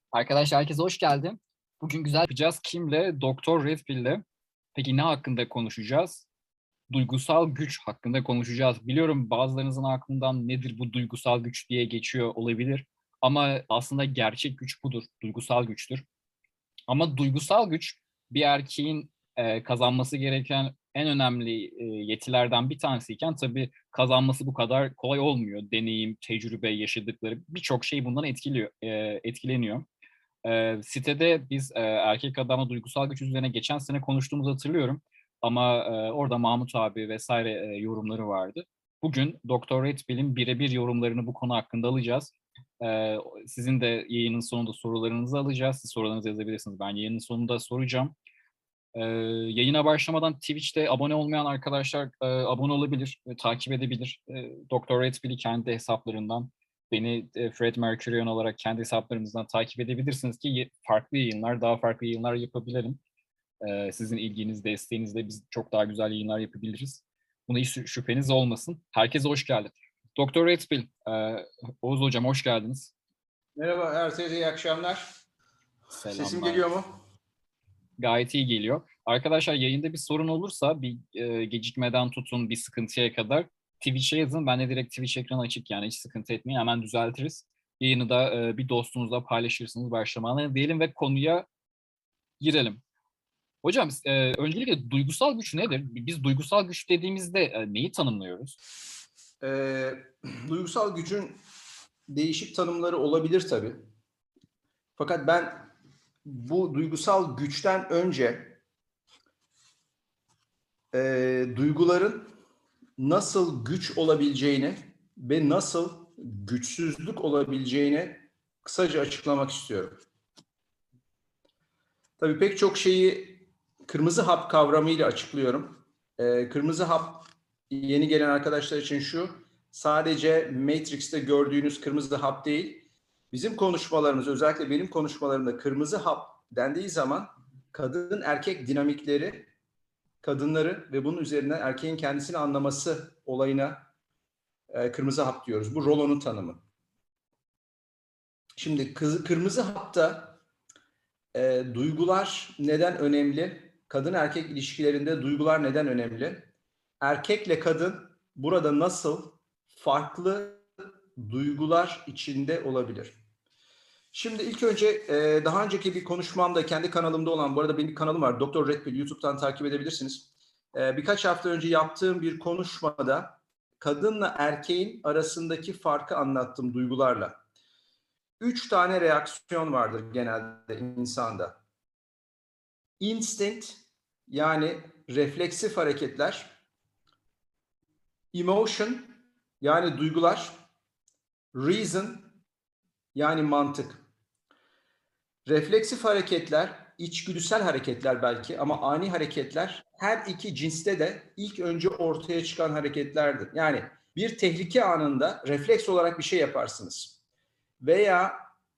Arkadaşlar herkese hoş geldi. Bugün güzel yapacağız. Kimle? Doktor Red Pill'le. Peki ne hakkında konuşacağız? Duygusal güç hakkında konuşacağız. Biliyorum bazılarınızın aklından nedir bu duygusal güç diye geçiyor olabilir. Ama aslında gerçek güç budur. Duygusal güçtür. Ama duygusal güç bir erkeğin kazanması gereken en önemli yetilerden bir tanesiyken tabii kazanması bu kadar kolay olmuyor. Deneyim, tecrübe, yaşadıkları birçok şey bundan etkileniyor. Sitede biz erkek adamla duygusal güç üzerine geçen sene konuştuğumuzu hatırlıyorum. Ama orada Mahmut abi vesaire yorumları vardı. Bugün Doktor Red Pill'in birebir yorumlarını bu konu hakkında alacağız. Sizin de yayının sonunda sorularınızı alacağız. Siz sorularınızı yazabilirsiniz. Ben yayının sonunda soracağım. Yayına başlamadan Twitch'te abone olmayan arkadaşlar abone olabilir, takip edebilir. Doktor Red Pill'i kendi hesaplarından, beni Fred Mercurion olarak kendi hesaplarımızdan takip edebilirsiniz ki farklı yayınlar, daha farklı yayınlar yapabilirim. Sizin ilginiz, desteğinizle biz çok daha güzel yayınlar yapabiliriz. Buna hiç şüpheniz olmasın. Herkese hoş geldin. Doktor Red Pill, Oğuz Hocam hoş geldiniz. Merhaba, herkese iyi akşamlar. Sesim Selamlar. geliyor mu? Gayet iyi geliyor. Arkadaşlar yayında bir sorun olursa bir gecikmeden tutun bir sıkıntıya kadar Twitch'e yazın. Ben de direkt Twitch ekranı açık yani hiç sıkıntı etmeyin. Hemen düzeltiriz. Yayını da bir dostunuzla paylaşırsınız başlamadan diyelim ve konuya girelim. Hocam öncelikle duygusal güç nedir? Biz duygusal güç dediğimizde neyi tanımlıyoruz? Ee, Duygusal gücün değişik tanımları olabilir tabii. Fakat ben bu duygusal güçten önce duyguların nasıl güç olabileceğini ve nasıl güçsüzlük olabileceğini kısaca açıklamak istiyorum. Tabii pek çok şeyi kırmızı hap kavramıyla açıklıyorum. Kırmızı hap yeni gelen arkadaşlar için şu, sadece Matrix'te gördüğünüz kırmızı hap değil, bizim konuşmalarımız, özellikle benim konuşmalarımda kırmızı hap dendiği zaman kadın erkek dinamikleri, kadınları ve bunun üzerine erkeğin kendisini anlaması olayına kırmızı hap diyoruz. Bu Rollo'nun tanımı. Şimdi kırmızı hapta duygular neden önemli? Kadın erkek ilişkilerinde duygular neden önemli? Erkekle kadın burada nasıl farklı duygular içinde olabilir? Şimdi ilk önce daha önceki bir konuşmamda kendi kanalımda olan, bu arada benim bir kanalım var, Doktor Red Pill, YouTube'dan takip edebilirsiniz. Birkaç hafta önce yaptığım bir konuşmada kadınla erkeğin arasındaki farkı anlattım duygularla. 3 tane reaksiyon vardır genelde insanda. Instinct, yani refleksif hareketler, emotion, yani duygular, reason, yani mantık. Refleksif hareketler, içgüdüsel hareketler belki ama ani hareketler her iki cinste de ilk önce ortaya çıkan hareketlerdir. Yani bir tehlike anında refleks olarak bir şey yaparsınız. Veya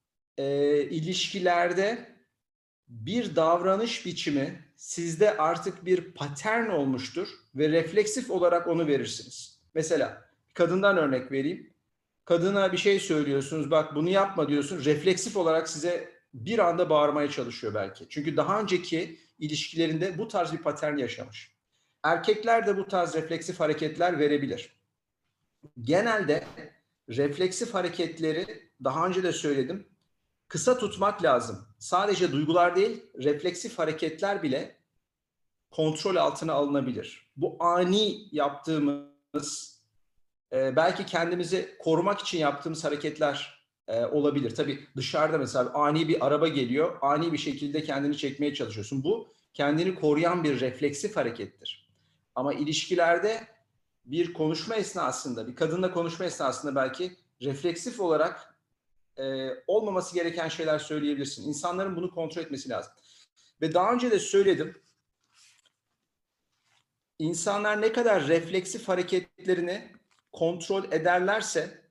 ilişkilerde bir davranış biçimi sizde artık bir patern olmuştur ve refleksif olarak onu verirsiniz. Mesela kadından örnek vereyim. Kadına bir şey söylüyorsunuz, bak bunu yapma diyorsun, refleksif olarak size bir anda bağırmaya çalışıyor belki. Çünkü daha önceki ilişkilerinde bu tarz bir patern yaşamış. Erkekler de bu tarz refleksif hareketler verebilir. Genelde refleksif hareketleri daha önce de söyledim, kısa tutmak lazım. Sadece duygular değil, refleksif hareketler bile kontrol altına alınabilir. Bu ani yaptığımız, belki kendimizi korumak için yaptığımız hareketler olabilir. Tabii dışarıda mesela ani bir araba geliyor, ani bir şekilde kendini çekmeye çalışıyorsun. Bu kendini koruyan bir refleksif harekettir. Ama ilişkilerde bir konuşma esnasında, bir kadınla konuşma esnasında belki refleksif olarak olmaması gereken şeyler söyleyebilirsin. İnsanların bunu kontrol etmesi lazım. Ve daha önce de söyledim. İnsanlar ne kadar refleksif hareketlerini kontrol ederlerse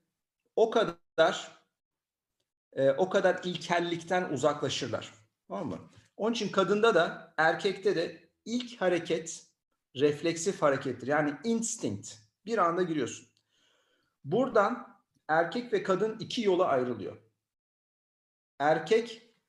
o kadar ilkellikten uzaklaşırlar. Tamam mı? Onun için kadında da erkekte de ilk hareket refleksif harekettir. Yani instinct. Bir anda giriyorsun. Buradan erkek ve kadın iki yola ayrılıyor. Erkek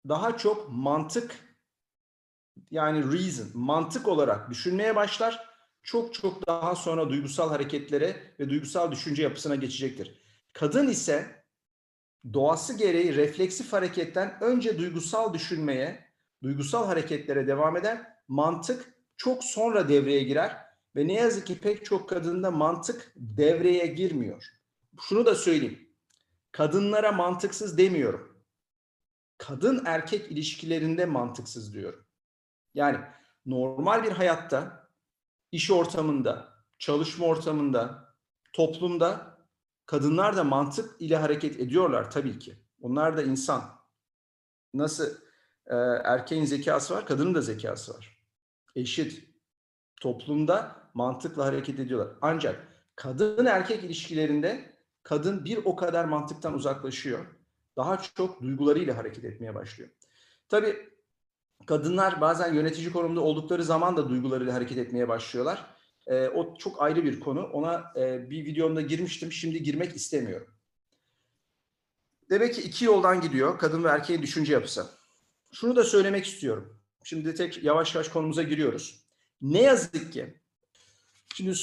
daha çok mantık, yani reason, mantık olarak düşünmeye başlar. Çok çok daha sonra duygusal hareketlere ve duygusal düşünce yapısına geçecektir. Kadın ise doğası gereği refleksif hareketten önce duygusal düşünmeye, duygusal hareketlere devam eder. Mantık çok sonra devreye girer ve ne yazık ki pek çok kadında mantık devreye girmiyor. Şunu da söyleyeyim. Kadınlara mantıksız demiyorum. Kadın erkek ilişkilerinde mantıksız diyorum. Yani normal bir hayatta, iş ortamında, çalışma ortamında, toplumda kadınlar da mantık ile hareket ediyorlar tabii ki. Onlar da insan. Nasıl erkeğin zekası var, kadının da zekası var. Eşit. Toplumda mantıkla hareket ediyorlar. Ancak kadın erkek ilişkilerinde kadın bir o kadar mantıktan uzaklaşıyor. Daha çok duygularıyla hareket etmeye başlıyor. Tabii kadınlar bazen yönetici konumda oldukları zaman da duygularıyla hareket etmeye başlıyorlar. O çok ayrı bir konu. Ona bir videomda girmiştim. Şimdi girmek istemiyorum. Demek ki iki yoldan gidiyor kadın ve erkeğin düşünce yapısı. Şunu da söylemek istiyorum. Şimdi tek yavaş yavaş konumuza giriyoruz. Ne yazık ki şimdi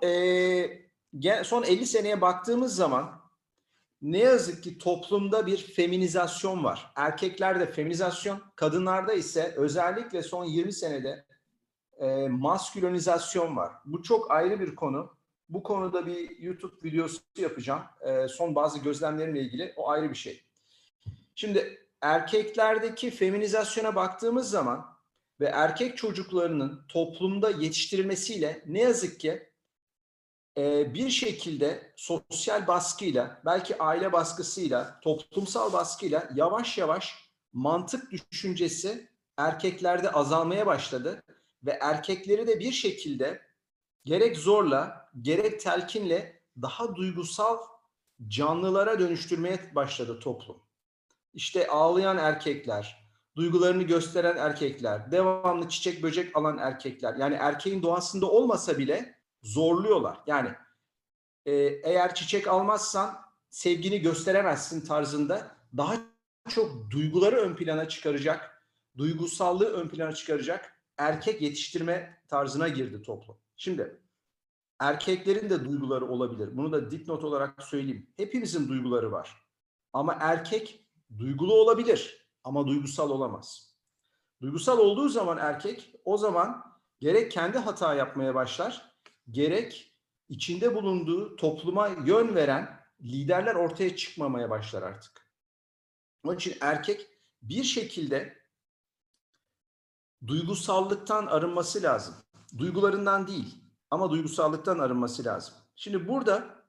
son 50 seneye baktığımız zaman ne yazık ki toplumda bir feminizasyon var. Erkeklerde feminizasyon, kadınlarda ise özellikle son 20 senede maskülenizasyon var. Bu çok ayrı bir konu. Bu konuda bir YouTube videosu yapacağım. Son bazı gözlemlerimle ilgili. O ayrı bir şey. Şimdi erkeklerdeki feminizasyona baktığımız zaman ve erkek çocuklarının toplumda yetiştirilmesiyle ne yazık ki bir şekilde sosyal baskıyla, belki aile baskısıyla, toplumsal baskıyla yavaş yavaş mantık düşüncesi erkeklerde azalmaya başladı ve erkekleri de bir şekilde gerek zorla, gerek telkinle daha duygusal canlılara dönüştürmeye başladı toplum. İşte ağlayan erkekler, duygularını gösteren erkekler, devamlı çiçek böcek alan erkekler. Yani erkeğin doğasında olmasa bile zorluyorlar. Yani eğer çiçek almazsan sevgini gösteremezsin tarzında daha çok duyguları ön plana çıkaracak, duygusallığı ön plana çıkaracak erkek yetiştirme tarzına girdi toplum. Şimdi erkeklerin de duyguları olabilir. Bunu da dipnot olarak söyleyeyim. Hepimizin duyguları var. Ama erkek duygulu olabilir ama duygusal olamaz. Duygusal olduğu zaman erkek o zaman gerek kendi hata yapmaya başlar, gerek içinde bulunduğu topluma yön veren liderler ortaya çıkmamaya başlar artık. Onun için erkek bir şekilde duygusallıktan arınması lazım. Duygularından değil ama duygusallıktan arınması lazım. Şimdi burada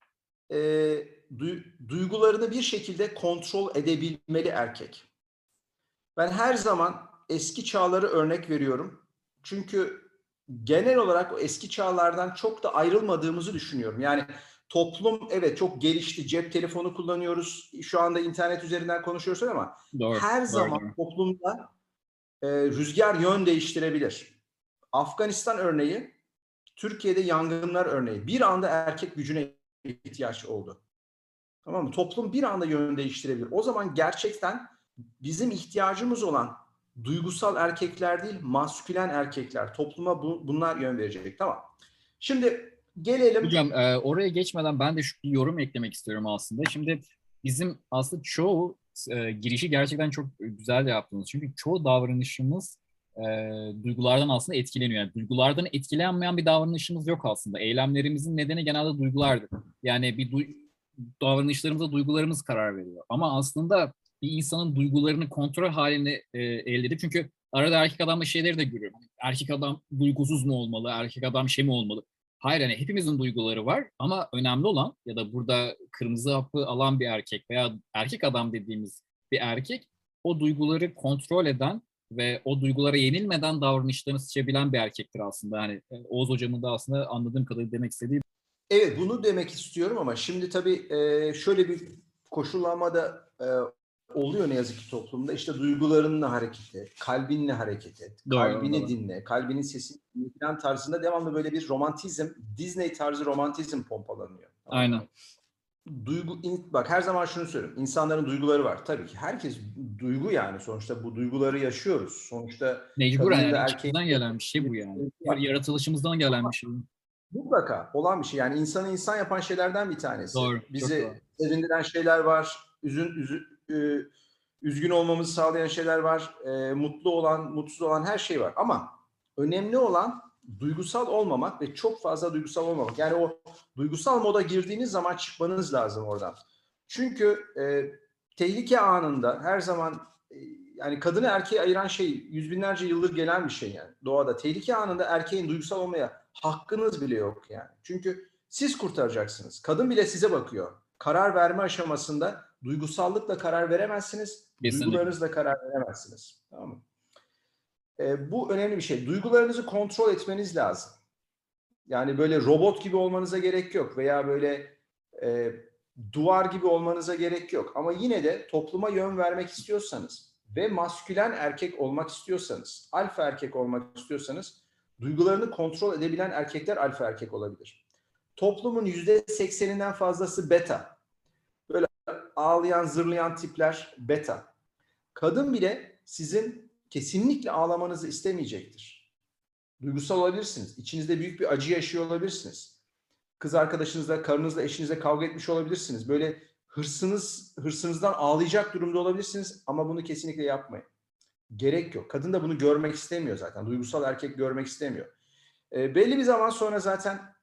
duygularını bir şekilde kontrol edebilmeli erkek. Ben her zaman eski çağları örnek veriyorum. Çünkü genel olarak o eski çağlardan çok da ayrılmadığımızı düşünüyorum. Yani toplum evet çok gelişti. Cep telefonu kullanıyoruz. Şu anda internet üzerinden konuşuyoruz ama Doğru, her doğru, zaman doğru. toplumda rüzgar yön değiştirebilir. Afganistan örneği, Türkiye'de yangınlar örneği. Bir anda erkek gücüne ihtiyaç oldu. Tamam mı? Toplum bir anda yön değiştirebilir. O zaman gerçekten bizim ihtiyacımız olan duygusal erkekler değil, maskülen erkekler. Topluma bunlar yön verecek. Tamam. Şimdi gelelim. Hocam oraya geçmeden ben de şu bir yorum eklemek istiyorum aslında. Şimdi bizim aslında çoğu girişi gerçekten çok güzel yaptınız. Çünkü çoğu davranışımız e, duygulardan aslında etkileniyor. Yani duygulardan etkilenmeyen bir davranışımız yok aslında. Eylemlerimizin nedeni genelde duygulardır. Yani davranışlarımıza duygularımız karar veriyor. Ama aslında bir insanın duygularını kontrol halini elde edip çünkü arada erkek adamla şeyleri de görüyorum. Erkek adam duygusuz mu olmalı? Erkek adam şey mi olmalı? Hayır hani hepimizin duyguları var ama önemli olan ya da burada kırmızı hapı alan bir erkek veya erkek adam dediğimiz bir erkek o duyguları kontrol eden ve o duygulara yenilmeden davranışlarını seçebilen bir erkektir aslında. Yani Oğuz hocamın da aslında anladığım kadarıyla demek istediği. Evet, bunu demek istiyorum ama şimdi tabii şöyle bir koşullama da oluyor ne yazık ki toplumda. İşte duygularınla hareket et, kalbinle hareket et, Doğru, o da kalbini var. dinle, kalbinin sesini dinle falan tarzında devamlı böyle bir romantizm, Disney tarzı romantizm pompalanıyor. Tamam mı? Aynen. Bak her zaman şunu söylüyorum. İnsanların duyguları var. Tabii ki herkes duygu yani. Sonuçta bu duyguları yaşıyoruz. Sonuçta Mecburen kadının da yani erkeğin içimizden de gelen bir şey bu yani. var. Yaratılışımızdan gelen bir şey. Mutlaka olan bir şey. Yani insanı insan yapan şeylerden bir tanesi. Doğru, çok doğru. Bizi sevindiren şeyler var. Üzgün olmamızı sağlayan şeyler var. Mutlu olan, mutsuz olan her şey var. Ama önemli olan duygusal olmamak ve çok fazla duygusal olmamak. Yani o duygusal moda girdiğiniz zaman çıkmanız lazım oradan. Çünkü tehlike anında her zaman yani kadını erkeği ayıran şey yüz binlerce yıldır gelen bir şey yani doğada. Tehlike anında erkeğin duygusal olmaya hakkınız bile yok yani. Çünkü siz kurtaracaksınız. Kadın bile size bakıyor. Karar verme aşamasında duygusallıkla karar veremezsiniz. Kesinlikle. Duygularınızla karar veremezsiniz. Tamam mı? Bu önemli bir şey. Duygularınızı kontrol etmeniz lazım. Yani böyle robot gibi olmanıza gerek yok veya böyle e, duvar gibi olmanıza gerek yok. Ama yine de topluma yön vermek istiyorsanız ve maskülen erkek olmak istiyorsanız, alfa erkek olmak istiyorsanız duygularını kontrol edebilen erkekler alfa erkek olabilir. Toplumun %80'inden fazlası beta. Böyle ağlayan, zırlayan tipler beta. Kadın bile sizin kesinlikle ağlamanızı istemeyecektir. Duygusal olabilirsiniz. İçinizde büyük bir acı yaşıyor olabilirsiniz. Kız arkadaşınızla, karınızla, eşinizle kavga etmiş olabilirsiniz. Böyle hırsınızdan ağlayacak durumda olabilirsiniz ama bunu kesinlikle yapmayın. Gerek yok. Kadın da bunu görmek istemiyor zaten. Duygusal erkek görmek istemiyor. Belli bir zaman sonra zaten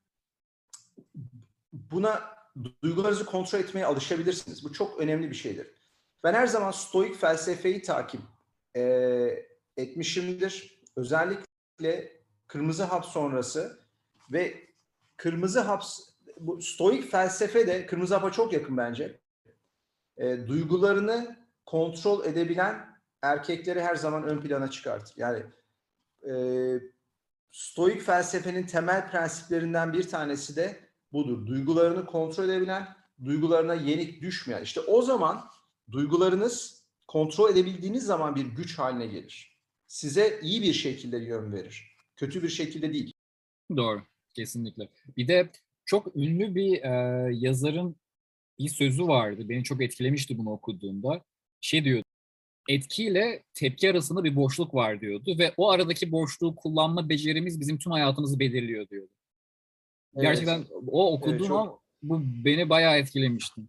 buna duygularınızı kontrol etmeye alışabilirsiniz. Bu çok önemli bir şeydir. Ben her zaman stoik felsefeyi takip etmişimdir. Özellikle Kırmızı Hap sonrası ve Kırmızı Hap bu stoik felsefe de Kırmızı Hap'a çok yakın bence. Duygularını kontrol edebilen erkekleri her zaman ön plana çıkartır. Yani e, stoik felsefenin temel prensiplerinden bir tanesi de budur. Duygularını kontrol edebilen, duygularına yenik düşmeyen. İşte o zaman duygularınız kontrol edebildiğiniz zaman bir güç haline gelir. Size iyi bir şekilde yön verir. Kötü bir şekilde değil. Doğru, kesinlikle. Bir de çok ünlü bir yazarın bir sözü vardı. Beni çok etkilemişti bunu okuduğumda. Şey diyordu, etkiyle tepki arasında bir boşluk var diyordu ve o aradaki boşluğu kullanma becerimiz bizim tüm hayatımızı belirliyor diyordu. Evet. Gerçekten o Evet, okuduğum çok. an bu beni bayağı etkilemişti.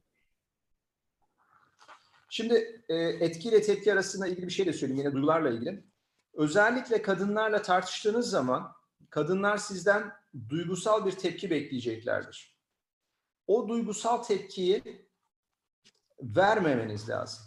Şimdi etkiyle tepki arasında ilgili bir şey de söyleyeyim yine duygularla ilgili. Özellikle kadınlarla tartıştığınız zaman kadınlar sizden duygusal bir tepki bekleyeceklerdir. O duygusal tepkiyi vermemeniz lazım.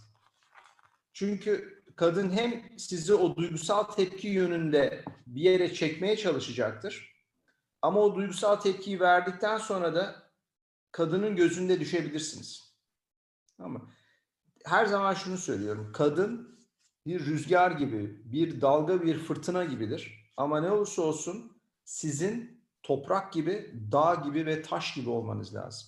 Çünkü kadın hem sizi o duygusal tepki yönünde bir yere çekmeye çalışacaktır. Ama o duygusal tepkiyi verdikten sonra da kadının gözünde düşebilirsiniz. Ama her zaman şunu söylüyorum. Kadın bir rüzgar gibi, bir dalga, bir fırtına gibidir. Ama ne olursa olsun sizin toprak gibi, dağ gibi ve taş gibi olmanız lazım.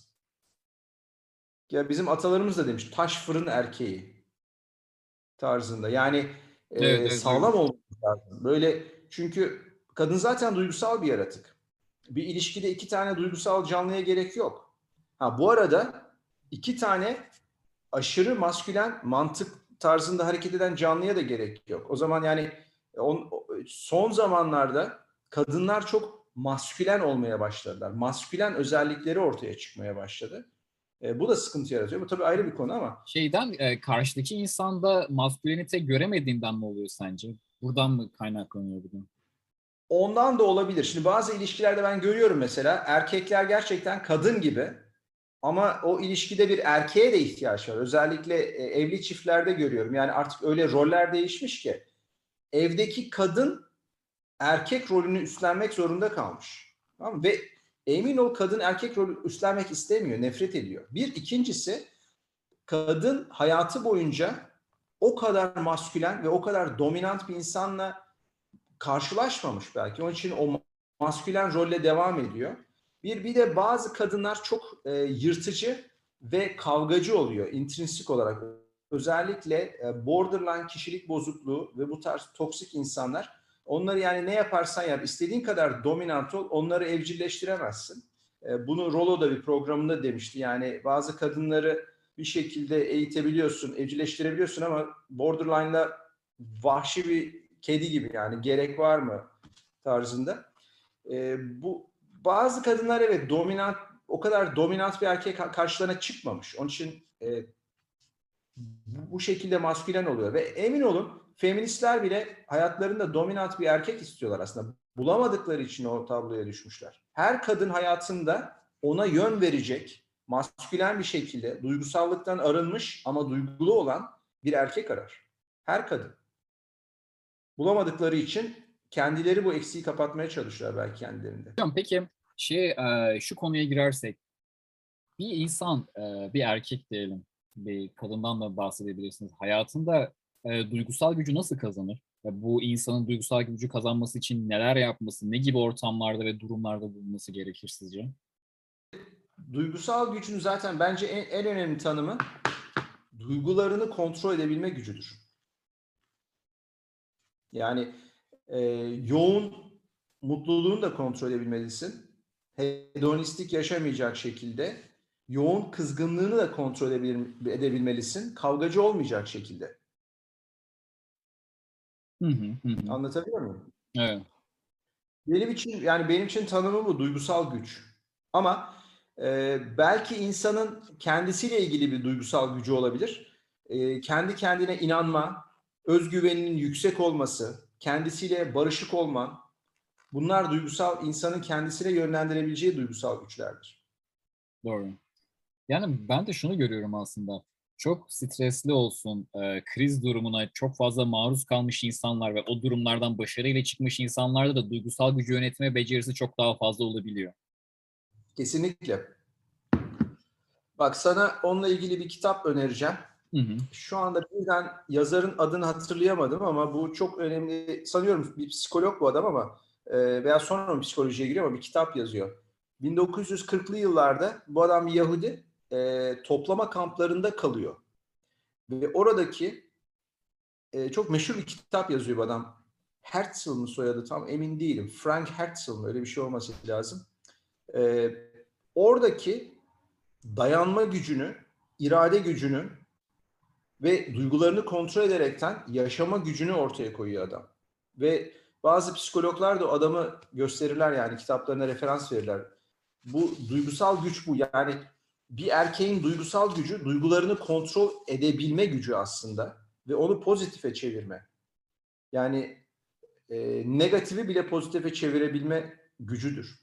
Ya bizim atalarımız da demiş, taş fırın erkeği tarzında. Yani Evet, evet, sağlam duydum. olması lazım. Böyle çünkü kadın zaten duygusal bir yaratık. Bir ilişkide iki tane duygusal canlıya gerek yok. Ha bu arada iki tane aşırı maskülen mantık tarzında hareket eden canlıya da gerek yok. O zaman yani son zamanlarda kadınlar çok maskülen olmaya başladılar. Maskülen özellikleri ortaya çıkmaya başladı. Bu da sıkıntı yaratıyor. Bu tabii ayrı bir konu ama Şeyden karşıdaki insanda maskülenite göremediğinden mi oluyor sence? Buradan mı kaynaklanıyor bu da? ondan da olabilir. Şimdi bazı ilişkilerde ben görüyorum mesela erkekler gerçekten kadın gibi ama o ilişkide bir erkeğe de ihtiyaç var. Özellikle evli çiftlerde görüyorum. Yani artık öyle roller değişmiş ki evdeki kadın erkek rolünü üstlenmek zorunda kalmış. Tamam mı? Ve emin ol kadın erkek rolü üstlenmek istemiyor, nefret ediyor. Bir ikincisi kadın hayatı boyunca o kadar maskülen ve o kadar dominant bir insanla karşılaşmamış belki. Onun için o maskülen rolle devam ediyor. Bir de bazı kadınlar çok yırtıcı ve kavgacı oluyor intrinsik olarak. Özellikle borderline kişilik bozukluğu ve bu tarz toksik insanlar onları yani ne yaparsan yap istediğin kadar dominant ol onları evcilleştiremezsin. Bunu Rollo da bir programında demişti. Yani bazı kadınları bir şekilde eğitebiliyorsun, evcilleştirebiliyorsun ama borderline'la vahşi bir kedi gibi, yani gerek var mı tarzında. Bu bazı kadınlar evet dominant, o kadar dominant bir erkek karşılarına çıkmamış. Onun için bu şekilde maskülen oluyor ve emin olun feministler bile hayatlarında dominant bir erkek istiyorlar aslında. Bulamadıkları için o tabloya düşmüşler. Her kadın hayatında ona yön verecek, maskülen bir şekilde duygusallıktan arınmış ama duygulu olan bir erkek arar. Her kadın. Bulamadıkları için kendileri bu eksiği kapatmaya çalışıyorlar belki kendilerinde. Hocam peki şu konuya girersek bir insan, bir erkek diyelim, bir kadından da bahsedebilirsiniz. Hayatında duygusal gücü nasıl kazanır? Bu insanın duygusal gücü kazanması için neler yapması, ne gibi ortamlarda ve durumlarda bulunması gerekir sizce? Duygusal gücün zaten bence en önemli tanımı duygularını kontrol edebilme gücüdür. Yani yoğun mutluluğunu da kontrol edebilmelisin. Hedonistik yaşamayacak şekilde. Yoğun kızgınlığını da kontrol edebilmelisin. Kavgacı olmayacak şekilde. Hı hı, hı hı. Anlatabiliyor muyum? Evet, Benim için tanımı bu, duygusal güç. Ama belki insanın kendisiyle ilgili bir duygusal gücü olabilir. Kendi kendine inanma, özgüveninin yüksek olması, kendisiyle barışık olman, bunlar duygusal, insanın kendisine yönlendirebileceği duygusal güçlerdir. doğru. Yani ben de şunu görüyorum aslında. Çok stresli olsun, kriz durumuna çok fazla maruz kalmış insanlar ve o durumlardan başarıyla çıkmış insanlarda da duygusal gücü yönetme becerisi çok daha fazla olabiliyor. Kesinlikle. Bak, sana onunla ilgili bir kitap önereceğim. Hı hı. Şu anda birden yazarın adını hatırlayamadım ama bu çok önemli. Sanıyorum bir psikolog bu adam ama veya sonra mı psikolojiye giriyor ama bir kitap yazıyor. 1940'lı yıllarda bu adam bir Yahudi, toplama kamplarında kalıyor. Ve oradaki çok meşhur bir kitap yazıyor bu adam. Herzl mı soyadı, tam emin değilim. Frank Herzl mı, öyle bir şey olması lazım. E, Oradaki dayanma gücünü, irade gücünü ve duygularını kontrol ederekten yaşama gücünü ortaya koyuyor adam. Ve bazı psikologlar da adamı gösterirler, yani kitaplarına referans verirler. Bu duygusal güç bu. Yani bir erkeğin duygusal gücü, duygularını kontrol edebilme gücü aslında ve onu pozitife çevirme. Yani negatifi bile pozitife çevirebilme gücüdür.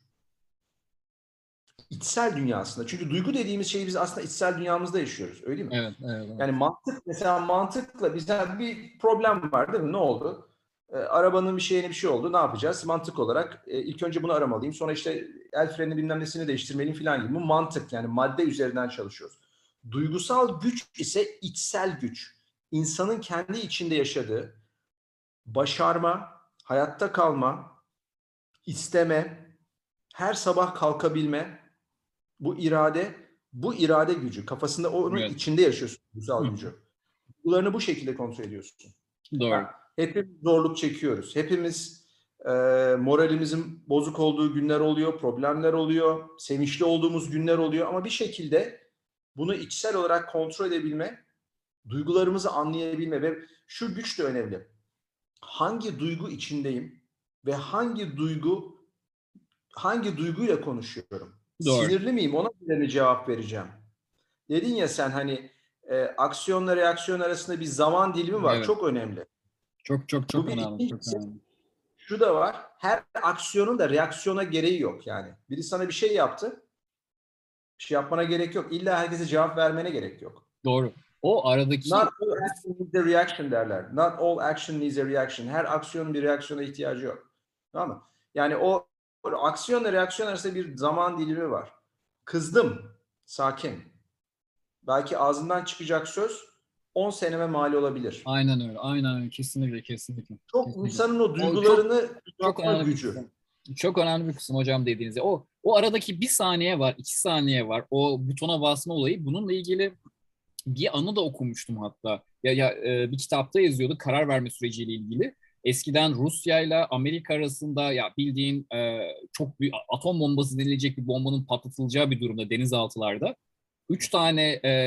İçsel dünyasında. Çünkü duygu dediğimiz şeyi biz aslında içsel dünyamızda yaşıyoruz. Öyle değil mi? Evet, evet, evet. Yani mesela mantıkla bize bir problem var değil mi? Ne oldu? Arabanın bir şey oldu. Ne yapacağız? Mantık olarak ilk önce bunu aramalıyım. Sonra işte el freni bilmem nesini değiştirmeliyim falan gibi. Bu mantık, yani madde üzerinden çalışıyoruz. Duygusal güç ise içsel güç. İnsanın kendi içinde yaşadığı başarma, hayatta kalma, isteme, her sabah kalkabilme, bu irade gücü. Kafasında onun Evet. içinde yaşıyorsun Hı duygusal hı. gücü. Duygularını bu şekilde kontrol ediyorsun. Doğru. Hepimiz zorluk çekiyoruz. Hepimiz moralimizin bozuk olduğu günler oluyor, problemler oluyor, sevinçli olduğumuz günler oluyor ama bir şekilde bunu içsel olarak kontrol edebilme, duygularımızı anlayabilme ve şu güç de önemli. Hangi duygu içindeyim ve hangi duyguyla konuşuyorum? Doğru. Sinirli miyim? Ona göre mi cevap vereceğim? Dedin ya sen, hani aksiyonla reaksiyon arasında bir zaman dilimi var. Evet. Çok önemli. Çok çok Bu çok bir. önemli. Çok İkincisi önemli. şu da var. Her aksiyonun da reaksiyona gereği yok yani. Biri sana bir şey yaptı. Bir şey yapmana gerek yok. İlla herkese cevap vermene gerek yok. Doğru. O Not aradaki all action needs a reaction derler. Not all action needs a reaction. Her aksiyonun bir reaksiyona ihtiyacı yok. Tamam mı? Yani o aksiyonla reaksiyon arasında bir zaman dilimi var. Kızdım. Sakin. Belki ağzından çıkacak söz 10 seneme mal olabilir. aynen öyle. Aynen öyle. Kesinlikle, kesinlikle. Çok Kesinlikle. insanın o O çok duygularını çok tutma önemli bir gücü. kısım. Çok önemli bir kısım hocam dediğinizde. O aradaki bir saniye var, 2 saniye var. O butona basma olayı. Bununla ilgili bir anı da okumuştum hatta. Bir kitapta yazıyordu karar verme süreciyle ilgili. eskiden Rusya ile Amerika arasında ya bildiğin çok büyük atom bombası denilecek bir bombanın patlatılacağı bir durumda denizaltılarda. Üç tane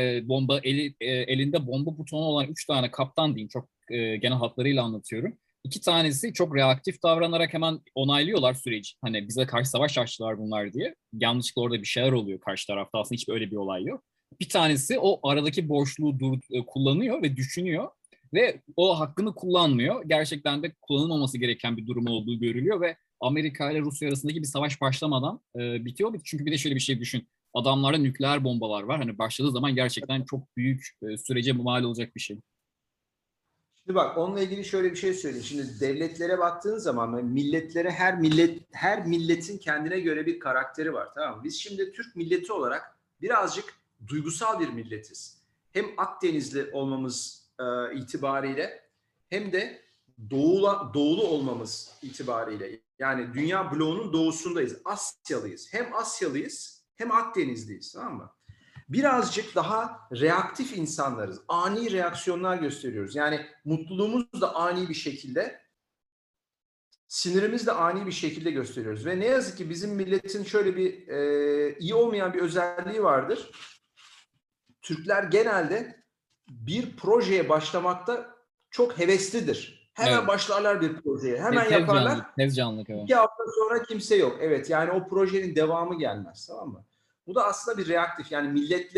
elinde bomba butonu olan üç tane kaptan diyeyim, çok genel hatlarıyla anlatıyorum. İki tanesi çok reaktif davranarak hemen onaylıyorlar süreci. Hani bize karşı savaş açtılar bunlar diye. Yanlışlıkla orada bir şeyler oluyor karşı tarafta. Aslında hiç öyle bir olay yok. Bir tanesi o aradaki boşluğu kullanıyor ve düşünüyor. Ve o hakkını kullanmıyor. Gerçekten de kullanılmaması gereken bir durum olduğu görülüyor ve Amerika ile Rusya arasındaki bir savaş başlamadan bitiyor. Çünkü bir de şöyle bir şey düşün. Adamlarda nükleer bombalar var. Hani başladığı zaman gerçekten çok büyük sürece mal olacak bir şey. Şimdi bak, onunla ilgili şöyle bir şey söyleyeyim. Şimdi devletlere baktığın zaman milletlere, her milletin kendine göre bir karakteri var, tamam mı? Biz şimdi Türk milleti olarak birazcık duygusal bir milletiz. Hem Akdenizli olmamız itibariyle hem de doğulu olmamız itibariyle. Yani dünya bloğunun doğusundayız. Asyalıyız. Hem Asyalıyız hem Akdenizliyiz, tamam mı? Birazcık daha reaktif insanlarız. Ani reaksiyonlar gösteriyoruz. Yani mutluluğumuz da ani bir şekilde, sinirimiz de ani bir şekilde gösteriyoruz. Ve ne yazık ki bizim milletin şöyle bir iyi olmayan bir özelliği vardır. Türkler genelde bir projeye başlamakta çok heveslidir. Hemen Evet. başlarlar bir projeye. Hemen Tez yaparlar. canlı, tez canlılık evet. 2 hafta sonra kimse yok. Evet, yani o projenin devamı gelmez, tamam mı? Bu da aslında bir reaktif, yani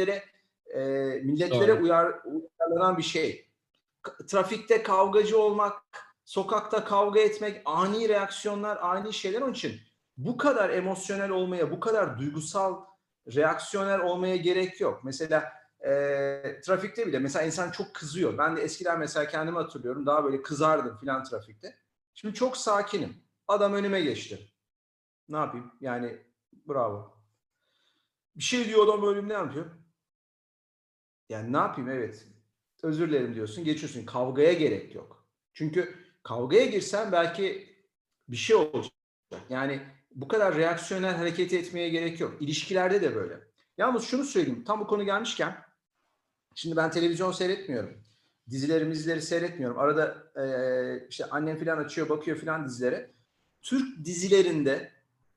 milletlere Doğru. uyarlanan bir şey. Trafikte kavgacı olmak, sokakta kavga etmek, ani reaksiyonlar, ani şeyler. Onun için bu kadar emosyonel olmaya, bu kadar duygusal reaksiyonel olmaya gerek yok. Mesela trafikte bile mesela insan çok kızıyor. Ben de eskiden mesela kendimi hatırlıyorum. Daha böyle kızardım filan trafikte. Şimdi çok sakinim. Adam önüme geçti. Ne yapayım? Yani bravo. Bir şey diyor adam, böyle ne yapıyor? Yani ne yapayım, evet. Özür dilerim diyorsun, geçiyorsun. Kavgaya gerek yok. Çünkü kavgaya girsen belki bir şey olacak. Yani bu kadar reaksiyonel hareket etmeye gerek yok. İlişkilerde de böyle. Yalnız şunu söyleyeyim. Tam bu konu gelmişken, şimdi ben televizyon seyretmiyorum. Dizileri seyretmiyorum. Arada işte annem falan açıyor, bakıyor falan dizilere. Türk dizilerinde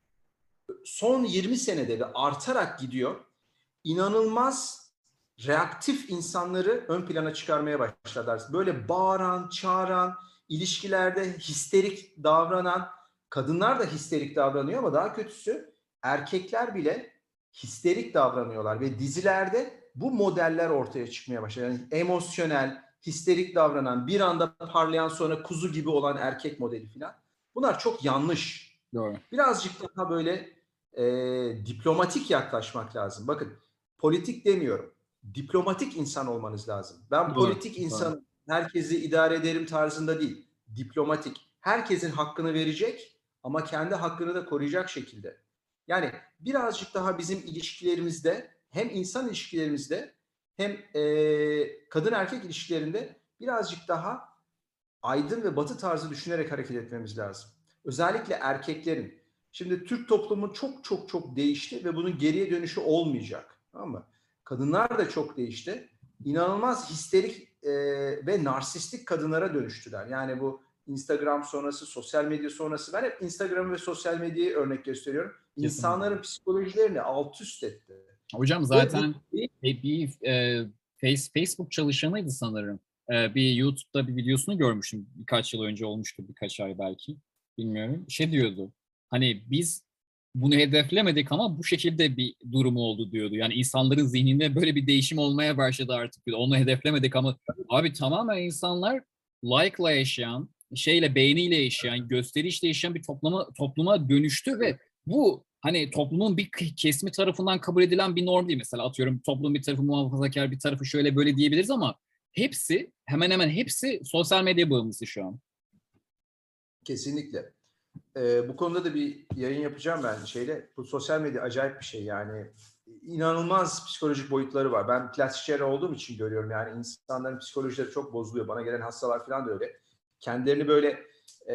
son 20 senede ve artarak gidiyor. İnanılmaz reaktif insanları ön plana çıkarmaya başladılar. Böyle bağıran, çağıran, ilişkilerde histerik davranan, kadınlar da histerik davranıyor ama daha kötüsü erkekler bile histerik davranıyorlar ve dizilerde bu modeller ortaya çıkmaya başladı. Yani emosyonel, histerik davranan, bir anda parlayan sonra kuzu gibi olan erkek modeli falan. Bunlar çok yanlış. Doğru. Birazcık daha böyle diplomatik yaklaşmak lazım. Bakın, politik demiyorum. Diplomatik insan olmanız lazım. Ben Doğru. politik Doğru. insan, herkesi idare ederim tarzında değil. Diplomatik. Herkesin hakkını verecek ama kendi hakkını da koruyacak şekilde. Yani birazcık daha bizim ilişkilerimizde, hem insan ilişkilerimizde hem kadın erkek ilişkilerinde birazcık daha aydın ve batı tarzı düşünerek hareket etmemiz lazım. Özellikle erkeklerin. Şimdi Türk toplumu çok çok çok değişti ve bunun geriye dönüşü olmayacak. Tamam mı? Kadınlar da çok değişti. İnanılmaz histerik ve narsistik kadınlara dönüştüler. Yani bu Instagram sonrası, sosyal medya sonrası. Ben hep Instagram ve sosyal medyayı örnek gösteriyorum. Kesinlikle. İnsanların psikolojilerini alt üst etti. Hocam Ve bu zaten bir Facebook çalışanıydı sanırım. Bir YouTube'da bir videosunu görmüştüm. Birkaç yıl önce olmuştu, birkaç ay belki. Bilmiyorum. Şey diyordu. Hani biz bunu hedeflemedik ama bu şekilde bir durumu oldu diyordu. Yani insanların zihninde böyle bir değişim olmaya başladı artık. Onu hedeflemedik ama abi tamamen insanlar like'la yaşayan, şeyle beğeniyle yaşayan, gösterişle yaşayan bir topluma dönüştü ve bu hani toplumun bir kesimi tarafından kabul edilen bir norm değil. Mesela atıyorum toplumun bir tarafı muhafazakar, bir tarafı şöyle böyle diyebiliriz ama hepsi, hemen hemen hepsi sosyal medya bağımlısı şu an. kesinlikle. Bu konuda da bir yayın yapacağım ben şeyle. Bu sosyal medya acayip bir şey yani. İnanılmaz psikolojik boyutları var. Ben plastik cerrah olduğum için görüyorum yani insanların psikolojileri çok bozuluyor. Bana gelen hastalar falan da öyle. Kendilerini böyle e,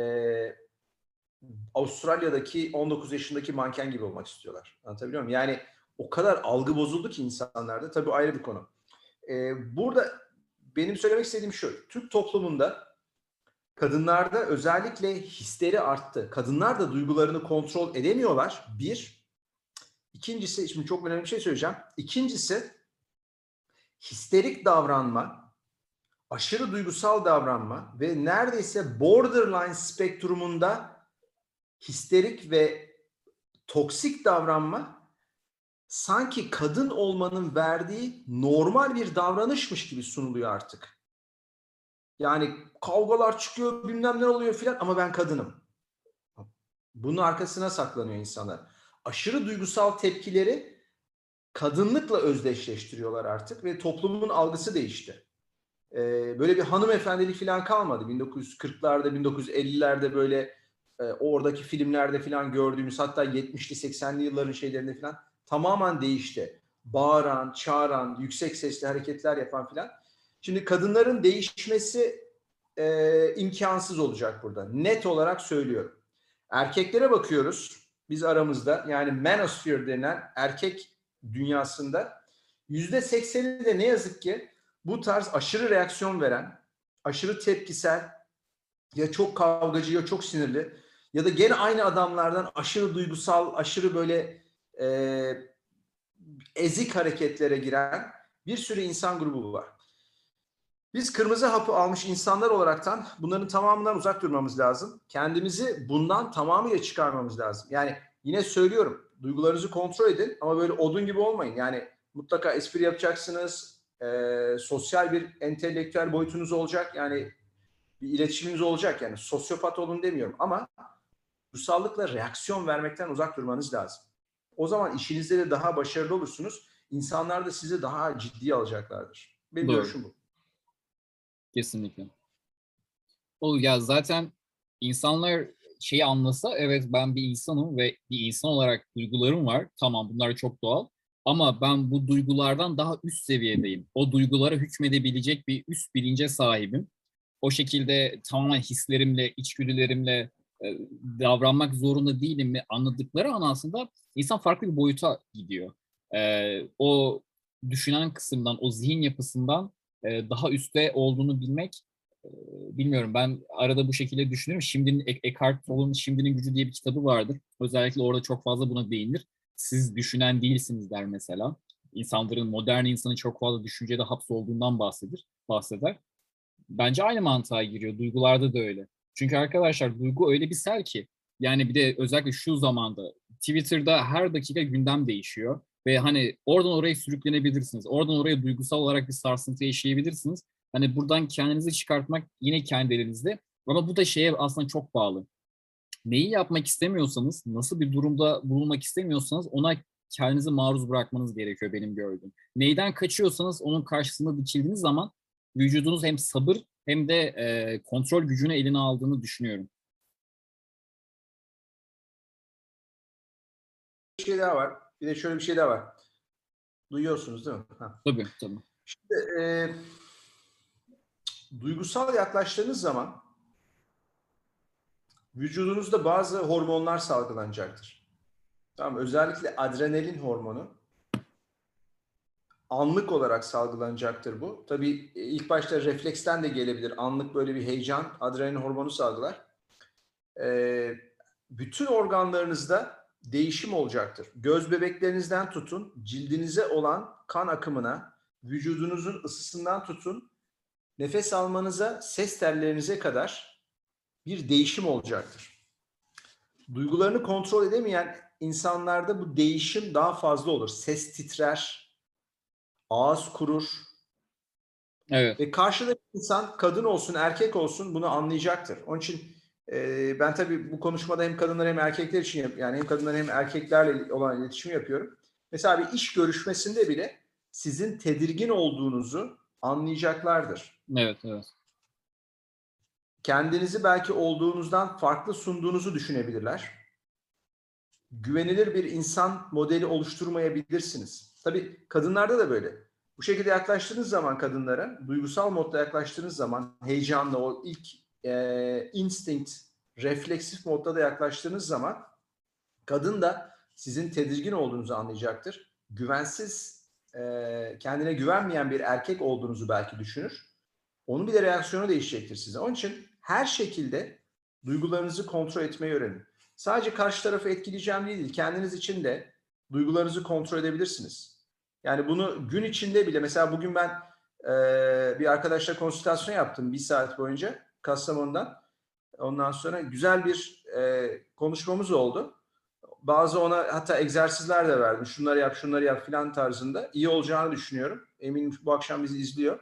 Avustralya'daki 19 yaşındaki manken gibi olmak istiyorlar. Anlatabiliyor muyum? Yani o kadar algı bozuldu ki insanlarda. Tabii ayrı bir konu. Burada benim söylemek istediğim şu. Türk toplumunda Kadınlarda özellikle histeri arttı. Kadınlar da duygularını kontrol edemiyorlar. Bir. İkincisi, şimdi çok önemli bir şey söyleyeceğim. İkincisi, histerik davranma, aşırı duygusal davranma ve neredeyse borderline spektrumunda histerik ve toksik davranma sanki kadın olmanın verdiği normal bir davranışmış gibi sunuluyor artık. Yani kavgalar çıkıyor, bilmem ne oluyor filan ama ben kadınım. Bunun arkasına saklanıyor insanlar. Aşırı duygusal tepkileri kadınlıkla özdeşleştiriyorlar artık ve toplumun algısı değişti. Böyle bir hanımefendilik falan kalmadı. 1940'larda, 1950'lerde böyle oradaki filmlerde falan gördüğümüz, hatta 70'li 80'li yılların şeylerinde falan tamamen değişti. Bağıran, çağıran, yüksek sesli hareketler yapan falan. Şimdi kadınların değişmesi imkansız olacak burada. Net olarak söylüyorum. Erkeklere bakıyoruz. Biz aramızda, yani manosphere denen erkek dünyasında %80'i de ne yazık ki bu tarz aşırı reaksiyon veren, aşırı tepkisel, ya çok kavgacı ya çok sinirli ya da gene aynı adamlardan aşırı duygusal, aşırı böyle e, ezik hareketlere giren bir sürü insan grubu var. Biz kırmızı hapı almış insanlar olaraktan bunların tamamından uzak durmamız lazım. Kendimizi bundan tamamıyla çıkarmamız lazım. Yani yine söylüyorum, duygularınızı kontrol edin ama böyle odun gibi olmayın. Yani mutlaka espri yapacaksınız, sosyal bir entelektüel boyutunuz olacak. Yani bir iletişiminiz olacak. Yani sosyopat olun demiyorum ama duygusallıkla reaksiyon vermekten uzak durmanız lazım. O zaman işinizde de daha başarılı olursunuz. İnsanlar da sizi daha ciddiye alacaklardır. Benim Doğru. görüşüm bu. Kesinlikle. O ya zaten insanlar şeyi anlasa, evet ben bir insanım ve bir insan olarak duygularım var. Tamam, bunlar çok doğal. Ama ben bu duygulardan daha üst seviyedeyim. O duygulara hükmedebilecek bir üst bilince sahibim. O şekilde tamamen hislerimle, içgüdülerimle davranmak zorunda değilim mi anladıkları an aslında insan farklı bir boyuta gidiyor. O düşünen kısımdan, o zihin yapısından daha üstte olduğunu bilmek, e, bilmiyorum, ben arada bu şekilde düşünüyorum. Şimdinin Eckhart Tolle'un Şimdinin Gücü diye bir kitabı vardır. Özellikle orada çok fazla buna değinir. Siz düşünen değilsiniz der mesela. İnsanların, modern insanın çok fazla düşüncede hapsolduğundan bahseder. Bence aynı mantığa giriyor. Duygularda da öyle. Çünkü arkadaşlar duygu öyle bir sel ki. Yani bir de özellikle şu zamanda Twitter'da her dakika gündem değişiyor. Ve hani oradan oraya sürüklenebilirsiniz. Oradan oraya duygusal olarak bir sarsıntı yaşayabilirsiniz. Hani buradan kendinizi çıkartmak yine kendi elinizde. Ama bu da şeye aslında çok bağlı. Neyi yapmak istemiyorsanız, nasıl bir durumda bulunmak istemiyorsanız ona kendinizi maruz bırakmanız gerekiyor benim gördüğüm. Neyden kaçıyorsanız onun karşısında dikildiğiniz zaman vücudunuz hem sabır hem de kontrol gücünü eline aldığını düşünüyorum. Bir şey daha var. Bir de şöyle bir şey daha var. Duyuyorsunuz değil mi? Ha. Tabii, tabii. Şimdi, duygusal yaklaştığınız zaman vücudunuzda bazı hormonlar salgılanacaktır. Tamam, özellikle adrenalin hormonu anlık olarak salgılanacaktır bu. Tabii ilk başta refleksten de gelebilir. Anlık böyle bir heyecan, adrenalin hormonu salgılar. Bütün organlarınızda değişim olacaktır. Göz bebeklerinizden tutun, cildinize olan kan akımına, vücudunuzun ısısından tutun, nefes almanıza, ses tellerinize kadar bir değişim olacaktır. Duygularını kontrol edemeyen insanlarda bu değişim daha fazla olur. Ses titrer, ağız kurur Evet, ve karşıdaki insan, kadın olsun erkek olsun, bunu anlayacaktır. Onun için ben tabii bu konuşmada hem kadınlar hem erkekler için yani hem kadınlar hem erkeklerle olan iletişimi yapıyorum. Mesela bir iş görüşmesinde bile sizin tedirgin olduğunuzu anlayacaklardır. evet, evet. Kendinizi belki olduğunuzdan farklı sunduğunuzu düşünebilirler. Güvenilir bir insan modeli oluşturmayabilirsiniz. Tabii kadınlarda da böyle. Bu şekilde yaklaştığınız zaman kadınlara, duygusal modda yaklaştığınız zaman, heyecanla o ilk instinct, refleksif modda da yaklaştığınız zaman kadın da sizin tedirgin olduğunuzu anlayacaktır. Güvensiz, kendine güvenmeyen bir erkek olduğunuzu belki düşünür. Onun bile reaksiyonu değişecektir size. Onun için her şekilde duygularınızı kontrol etmeyi öğrenin. Sadece karşı tarafı etkileyeceğim değil, kendiniz için de duygularınızı kontrol edebilirsiniz. Yani bunu gün içinde bile, mesela bugün ben bir arkadaşla konsültasyon yaptım 1 saat boyunca Kastamonu'dan. Ondan sonra güzel bir konuşmamız oldu. Bazı ona hatta egzersizler de verdim. Şunları yap, şunları yap filan tarzında. İyi olacağını düşünüyorum. Eminim bu akşam bizi izliyor.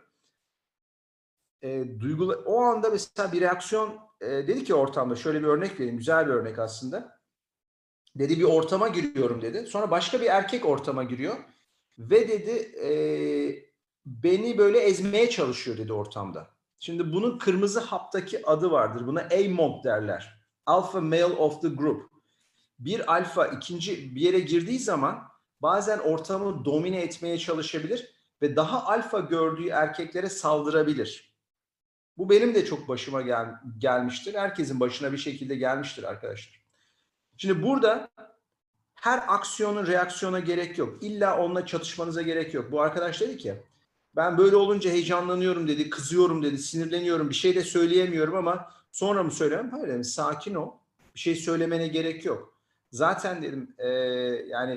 O anda mesela bir reaksiyon dedi ki ortamda, şöyle bir örnek vereyim. Güzel bir örnek aslında. Dedi bir ortama giriyorum dedi. Sonra başka bir erkek ortama giriyor. Ve dedi beni böyle ezmeye çalışıyor dedi ortamda. Şimdi bunun kırmızı haptaki adı vardır. Buna A-Mob derler. Alpha Male of the Group. Bir alfa ikinci bir yere girdiği zaman bazen ortamı domine etmeye çalışabilir ve daha alfa gördüğü erkeklere saldırabilir. Bu benim de çok başıma gelmiştir. Herkesin başına bir şekilde gelmiştir arkadaşlar. Şimdi burada her aksiyonun reaksiyona gerek yok. İlla onunla çatışmanıza gerek yok. Bu arkadaş dedi ki ben böyle olunca heyecanlanıyorum dedi, kızıyorum dedi, sinirleniyorum, bir şey de söyleyemiyorum ama sonra mı söylüyorum? Hayır dedim, sakin ol. Bir şey söylemene gerek yok. Zaten dedim yani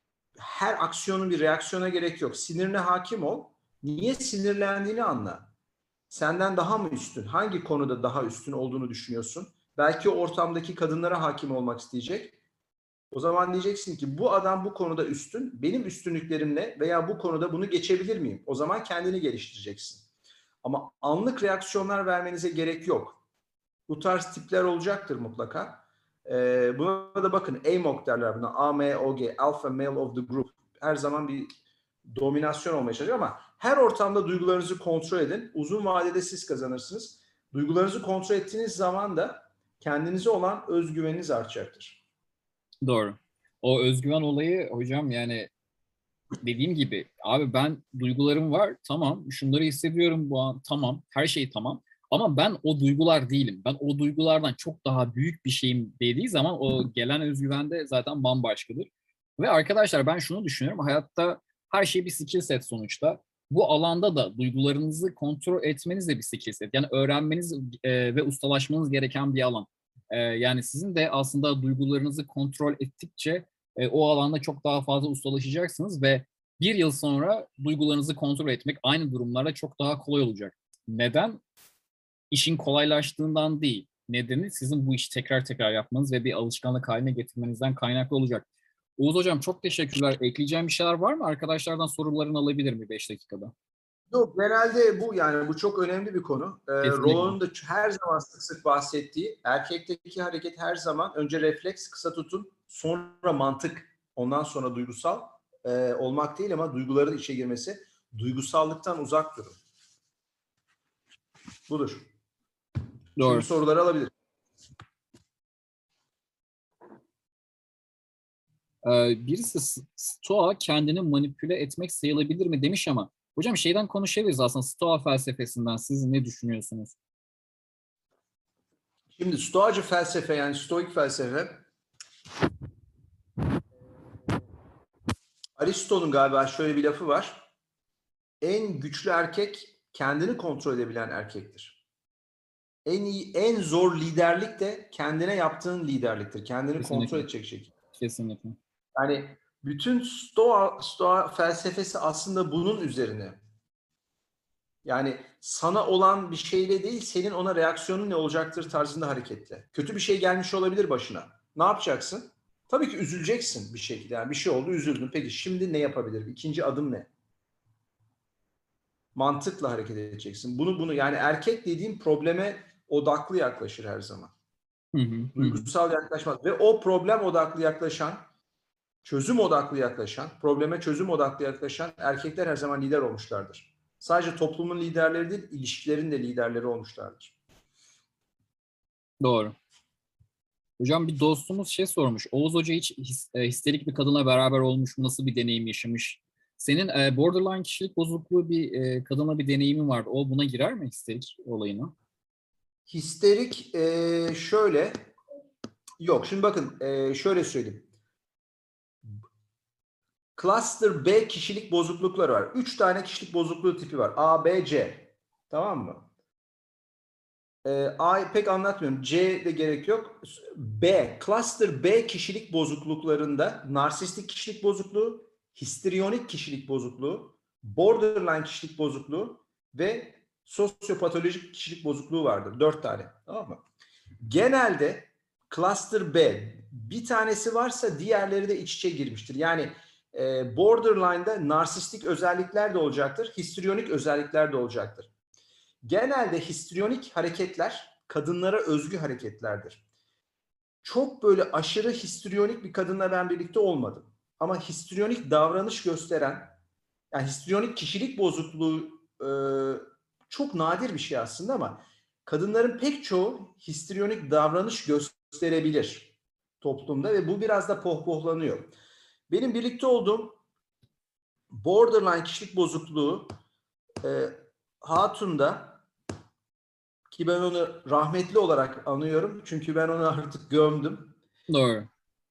her aksiyonun bir reaksiyona gerek yok. Sinirine hakim ol. Niye sinirlendiğini anla. Senden daha mı üstün? Hangi konuda daha üstün olduğunu düşünüyorsun? Belki o ortamdaki kadınlara hakim olmak isteyecek. O zaman diyeceksin ki bu adam bu konuda üstün. Benim üstünlüklerimle veya bu konuda bunu geçebilir miyim? O zaman kendini geliştireceksin. Ama anlık reaksiyonlar vermenize gerek yok. Bu tarz tipler olacaktır mutlaka. Buna da bakın, AMOG derler buna. A-M-O-G, Alpha Male of the Group. Her zaman bir dominasyon olmaya çalışıyor ama her ortamda duygularınızı kontrol edin. Uzun vadede siz kazanırsınız. Duygularınızı kontrol ettiğiniz zaman da kendinize olan özgüveniniz artacaktır. Doğru. O özgüven olayı hocam, yani dediğim gibi abi, ben duygularım var, tamam, şunları hissediyorum bu an, tamam, her şey tamam, ama ben o duygular değilim. Ben o duygulardan çok daha büyük bir şeyim dediği zaman o gelen özgüven de zaten bambaşkadır. Ve arkadaşlar, ben şunu düşünüyorum: hayatta her şey bir skill set sonuçta. Bu alanda da duygularınızı kontrol etmeniz de bir skill set. Yani öğrenmeniz ve ustalaşmanız gereken bir alan. Yani sizin de aslında duygularınızı kontrol ettikçe o alanda çok daha fazla ustalaşacaksınız ve bir yıl sonra duygularınızı kontrol etmek aynı durumlarda çok daha kolay olacak. Neden? İşin kolaylaştığından değil. Nedeni sizin bu işi tekrar tekrar yapmanız ve bir alışkanlık haline getirmenizden kaynaklı olacak. Oğuz Hocam, çok teşekkürler. Ekleyeceğim bir şeyler var mı? Arkadaşlardan sorularını alabilir mi 5 dakikada? Yok, genelde bu, yani bu çok önemli bir konu. Kesinlikle. Rolon'un da her zaman sık sık bahsettiği, erkekteki hareket her zaman önce refleks, kısa tutun, sonra mantık, ondan sonra duygusal olmak değil ama duyguların içe girmesi. Duygusallıktan uzak durun. Budur. Şimdi Doğru. soruları alabilir. Birisi Stoa kendini manipüle etmek sayılabilir mi demiş ama hocam, şeyden konuşabiliriz aslında, Stoa felsefesinden. Siz ne düşünüyorsunuz? Şimdi Stoacı felsefe, yani Stoik felsefe, Aristo'nun galiba şöyle bir lafı var. En güçlü erkek kendini kontrol edebilen erkektir. En iyi, en zor liderlik de kendine yaptığın liderliktir. Kendini kontrol Kesinlikle. edecek şekilde. Kesinlikle. Yani bütün Stoa felsefesi aslında bunun üzerine. Yani sana olan bir şeyle değil, senin ona reaksiyonun ne olacaktır tarzında hareketle. Kötü bir şey gelmiş olabilir başına. Ne yapacaksın? Tabii ki üzüleceksin bir şekilde. Yani bir şey oldu, üzüldün. Peki şimdi ne yapabilirim? İkinci adım ne? Mantıkla hareket edeceksin. Bunu yani erkek dediğim probleme odaklı yaklaşır her zaman. Hı hı, hı hı. Duygusal yaklaşmaz. Ve o problem odaklı yaklaşan, çözüm odaklı yaklaşan, probleme çözüm odaklı yaklaşan erkekler her zaman lider olmuşlardır. Sadece toplumun liderleri değil, ilişkilerin de liderleri olmuşlardır. Doğru. Hocam, bir dostumuz şey sormuş. Oğuz Hoca hiç histerik bir kadınla beraber olmuş mu? Nasıl bir deneyim yaşamış? Senin borderline kişilik bozukluğu bir kadınla bir deneyimin vardı. O buna girer mi, histerik olayına? Histerik şöyle, yok şimdi bakın şöyle söyleyeyim. Cluster B kişilik bozuklukları var. 3 tane kişilik bozukluğu tipi var. A, B, C. Tamam mı? A pek anlatmıyorum. C de gerek yok. B, cluster B kişilik bozukluklarında narsistik kişilik bozukluğu, histriyonik kişilik bozukluğu, borderline kişilik bozukluğu ve sosyopatolojik kişilik bozukluğu vardır. 4 tane. Tamam mı? Genelde cluster B bir tanesi varsa diğerleri de iç içe girmiştir. Yani borderline'da narsistik özellikler de olacaktır, histriyonik özellikler de olacaktır. Genelde histriyonik hareketler kadınlara özgü hareketlerdir. Çok böyle aşırı histriyonik bir kadınla ben birlikte olmadım. Ama histriyonik davranış gösteren, yani histriyonik kişilik bozukluğu çok nadir bir şey aslında ama kadınların pek çoğu histriyonik davranış gösterebilir toplumda ve bu biraz da pohpohlanıyor. Benim birlikte olduğum borderline kişilik bozukluğu Hatun'da, ki ben onu rahmetli olarak anıyorum. Çünkü ben onu artık gömdüm. Doğru.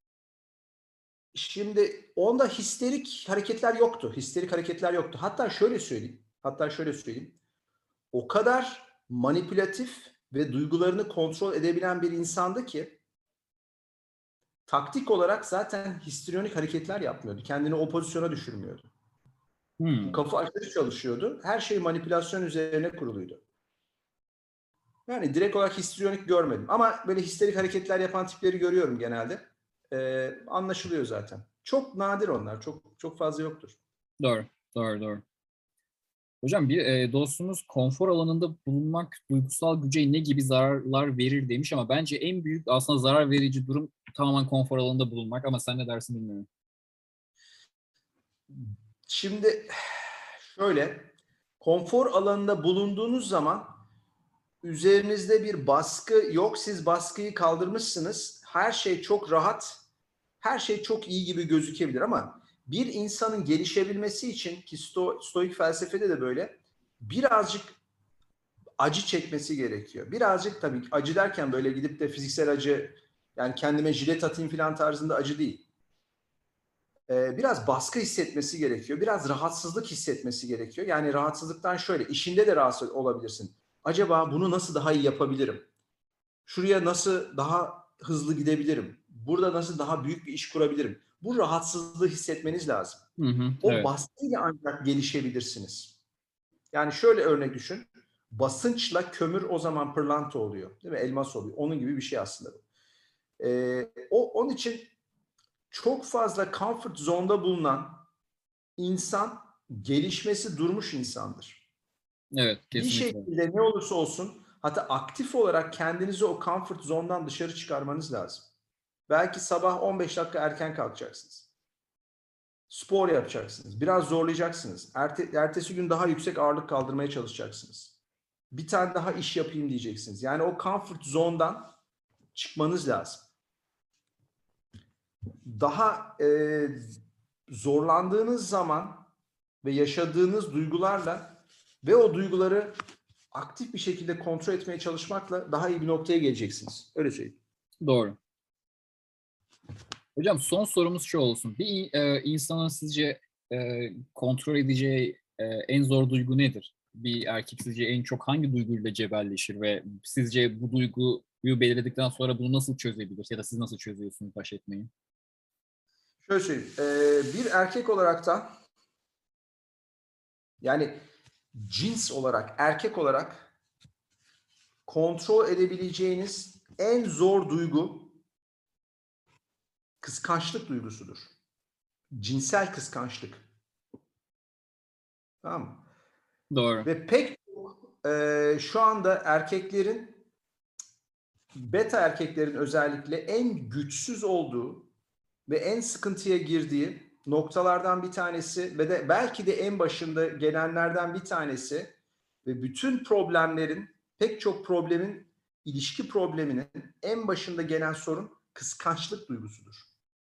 Şimdi onda histerik hareketler yoktu. Histerik hareketler yoktu. Hatta şöyle söyleyeyim. O kadar manipülatif ve duygularını kontrol edebilen bir insandı ki taktik olarak zaten histriyonik hareketler yapmıyordu. Kendini o pozisyona düşürmüyordu. Kafa aşırı çalışıyordu. Her şey manipülasyon üzerine kuruluydu. Yani direkt olarak histriyonik görmedim. Ama böyle histerik hareketler yapan tipleri görüyorum genelde. Anlaşılıyor zaten. Çok nadir onlar. Çok fazla yoktur. Doğru. Doğru. Doğru. Hocam bir dostumuz konfor alanında bulunmak duygusal güce ne gibi zararlar verir demiş ama bence en büyük aslında zarar verici durum tamamen konfor alanında bulunmak ama sen ne dersin bilmiyorum. Şimdi şöyle, konfor alanında bulunduğunuz zaman üzerinizde bir baskı yok. Siz baskıyı kaldırmışsınız. Her şey çok rahat, her şey çok iyi gibi gözükebilir ama bir insanın gelişebilmesi için, ki stoik felsefede de böyle, birazcık acı çekmesi gerekiyor. Birazcık, tabii acı derken böyle gidip de fiziksel acı, yani kendime jilet atayım falan tarzında acı değil. Biraz baskı hissetmesi gerekiyor. Biraz rahatsızlık hissetmesi gerekiyor. Yani rahatsızlıktan şöyle, işinde de rahatsız olabilirsin. Acaba bunu nasıl daha iyi yapabilirim? Şuraya nasıl daha hızlı gidebilirim? Burada nasıl daha büyük bir iş kurabilirim? Bu rahatsızlığı hissetmeniz lazım. Hı hı, O evet. baskıyla ancak gelişebilirsiniz. Yani şöyle örnek düşün. Basınçla kömür o zaman pırlanta oluyor. Değil mi? Elmas oluyor. Onun gibi bir şey aslında bu. Onun için çok fazla comfort zone'da bulunan insan gelişmesi durmuş insandır. Evet, Bir kesinlikle. şekilde ne olursa olsun, hatta aktif olarak kendinizi o comfort zone'dan dışarı çıkarmanız lazım. Belki sabah 15 dakika erken kalkacaksınız. Spor yapacaksınız. Biraz zorlayacaksınız. Ertesi gün daha yüksek ağırlık kaldırmaya çalışacaksınız. Bir tane daha iş yapayım diyeceksiniz. Yani o comfort zone'dan çıkmanız lazım. Daha zorlandığınız zaman ve yaşadığınız duygularla ve o duyguları aktif bir şekilde kontrol etmeye çalışmakla daha iyi bir noktaya geleceksiniz. Öyle söyleyeyim. Doğru. Hocam son sorumuz şu olsun. Bir insanın sizce kontrol edeceği en zor duygu nedir? Bir erkek sizce en çok hangi duyguyla cebelleşir ve sizce bu duyguyu belirledikten sonra bunu nasıl çözebilir? Ya da siz nasıl çözüyorsunuz baş etmeyi? Şöyle söyleyeyim. Bir erkek olarak da, yani cins olarak, erkek olarak kontrol edebileceğiniz en zor duygu kıskançlık duygusudur. Cinsel kıskançlık. Tamam mı? Doğru. Ve pek çok şu anda erkeklerin, beta erkeklerin özellikle en güçsüz olduğu ve en sıkıntıya girdiği noktalardan bir tanesi ve de belki de en başında gelenlerden bir tanesi ve bütün problemlerin, pek çok problemin, ilişki probleminin en başında gelen sorun kıskançlık duygusudur.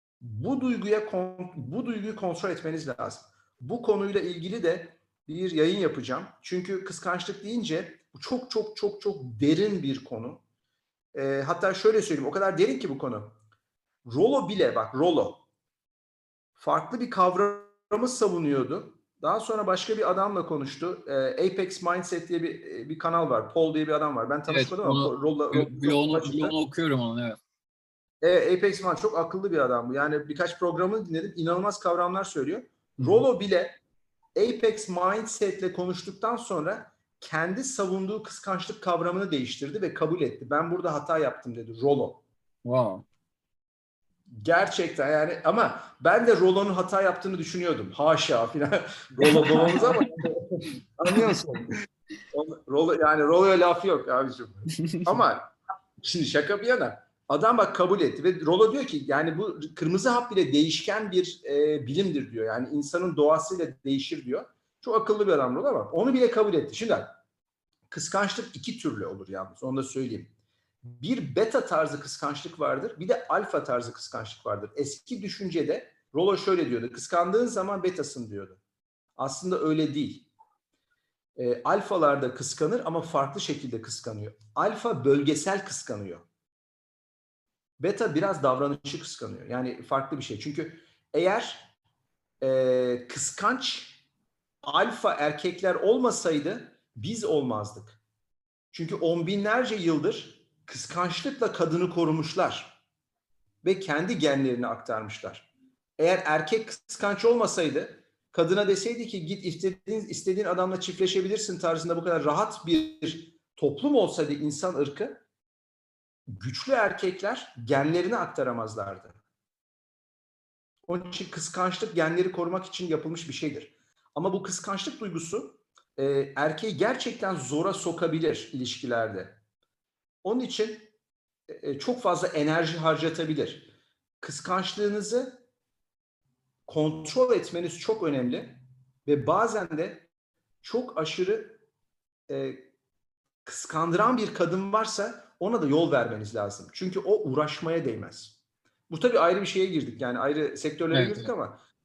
Bu duyguyu kontrol etmeniz lazım. Bu konuyla ilgili de bir yayın yapacağım. Çünkü kıskançlık deyince bu çok derin bir konu. Hatta şöyle söyleyeyim, o kadar derin ki bu konu. Rollo bile, bak Rollo, farklı bir kavramı savunuyordu. Daha sonra başka bir adamla konuştu. Apex Mindset diye bir kanal var. Paul diye bir adam var. Ben Evet, tanışmadım ama onu yola çıktı. bloğunu okuyorum onun, evet. Apex Mindset çok akıllı bir adam bu. Yani birkaç programını dinledim. İnanılmaz kavramlar söylüyor. Hı hı. Rollo bile Apex Mindset'le konuştuktan sonra kendi savunduğu kıskançlık kavramını değiştirdi ve kabul etti. Ben burada hata yaptım dedi Rollo. Wow. Gerçekten yani, ama ben de Rollo'nun hata yaptığını düşünüyordum. Haşa filan. Rollo babamız ama anlıyor musun? Rollo, yani Rollo'ya laf yok abicim. Ama şimdi şaka bir yana, adam bak kabul etti ve Rollo diyor ki yani bu kırmızı hap bile değişken bir bilimdir diyor. Yani insanın doğasıyla değişir diyor. Çok akıllı bir adam Rollo ama onu bile kabul etti. Şimdi kıskançlık iki türlü olur yalnız, onu da söyleyeyim. Bir beta tarzı kıskançlık vardır, bir de alfa tarzı kıskançlık vardır. Eski düşüncede Rollo şöyle diyordu: kıskandığın zaman betasın diyordu. Aslında öyle değil. Alfalar da kıskanır ama farklı şekilde kıskanıyor. Alfa bölgesel kıskanıyor. Beta biraz davranışı kıskanıyor. Yani farklı bir şey. Çünkü eğer kıskanç alfa erkekler olmasaydı biz olmazdık. Çünkü on binlerce yıldır kıskançlıkla kadını korumuşlar ve kendi genlerini aktarmışlar. Eğer erkek kıskanç olmasaydı, kadına deseydi ki git istediğin adamla çiftleşebilirsin tarzında bu kadar rahat bir toplum olsaydı insan ırkı, güçlü erkekler genlerini aktaramazlardı. Onun için kıskançlık genleri korumak için yapılmış bir şeydir. Ama bu kıskançlık duygusu erkeği gerçekten zora sokabilir ilişkilerde. Onun için çok fazla enerji harcatabilir. Kıskançlığınızı kontrol etmeniz çok önemli ve bazen de çok aşırı e, kıskandıran bir kadın varsa ona da yol vermeniz lazım. Çünkü o uğraşmaya değmez. Bu tabii ayrı bir şeye girdik, yani ayrı sektörlere Evet, girdik evet.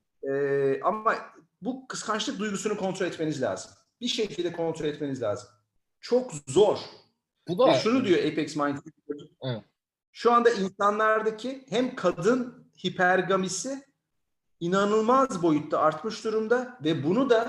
ama bu kıskançlık duygusunu kontrol etmeniz lazım. Bir şekilde kontrol etmeniz lazım. Çok zor. Bu Ve da şunu diyor Apex Mindset: evet. şu anda insanlardaki hem kadın hipergamisi inanılmaz boyutta artmış durumda ve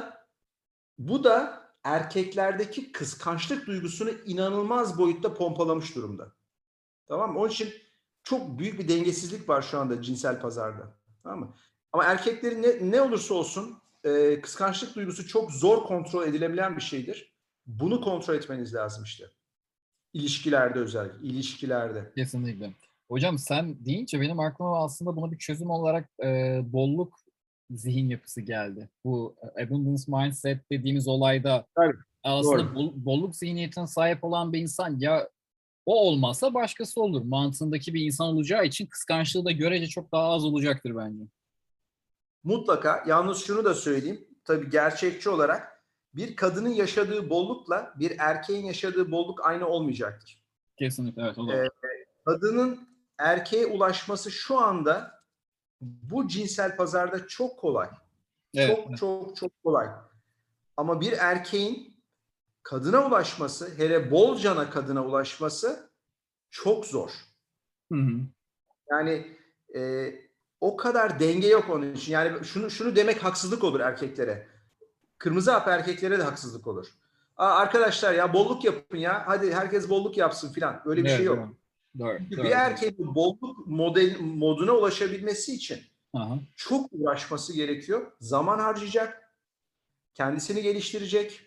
bu da erkeklerdeki kıskançlık duygusunu inanılmaz boyutta pompalamış durumda. Tamam mı? Onun için çok büyük bir dengesizlik var şu anda cinsel pazarda. Tamam mı? Ama erkeklerin ne olursa olsun kıskançlık duygusu çok zor kontrol edilebilen bir şeydir. Bunu kontrol etmeniz lazım işte. İlişkilerde, özellikle ilişkilerde. Kesinlikle. Hocam sen deyince benim aklıma aslında buna bir çözüm olarak bolluk zihin yapısı geldi. Bu abundance mindset dediğimiz olayda Evet, aslında doğru. bolluk zihniyetine sahip olan bir insan, ya o olmazsa başkası olur mantığındaki bir insan olacağı için kıskançlığı da görece çok daha az olacaktır bence. Mutlaka. Yalnız şunu da söyleyeyim. Tabii gerçekçi olarak bir kadının yaşadığı bollukla bir erkeğin yaşadığı bolluk aynı olmayacaktır. Kesinlikle, evet, o da Ee, var. kadının erkeğe ulaşması şu anda bu cinsel pazarda çok kolay. Evet, Çok evet. çok çok kolay. Ama bir erkeğin kadına ulaşması, hele bolcana kadına ulaşması çok zor. Hı hı. Yani e, o kadar denge yok onun için. Yani şunu demek haksızlık olur erkeklere. Kırmızı hap erkeklere de haksızlık olur. Arkadaşlar ya bolluk yapın ya. Hadi herkes bolluk yapsın filan. Öyle bir şey Evet, evet. yok. Doğru, Çünkü bir doğru, doğru. erkeğin bolluk moduna ulaşabilmesi için Aha. çok uğraşması gerekiyor. Zaman harcayacak, kendisini geliştirecek,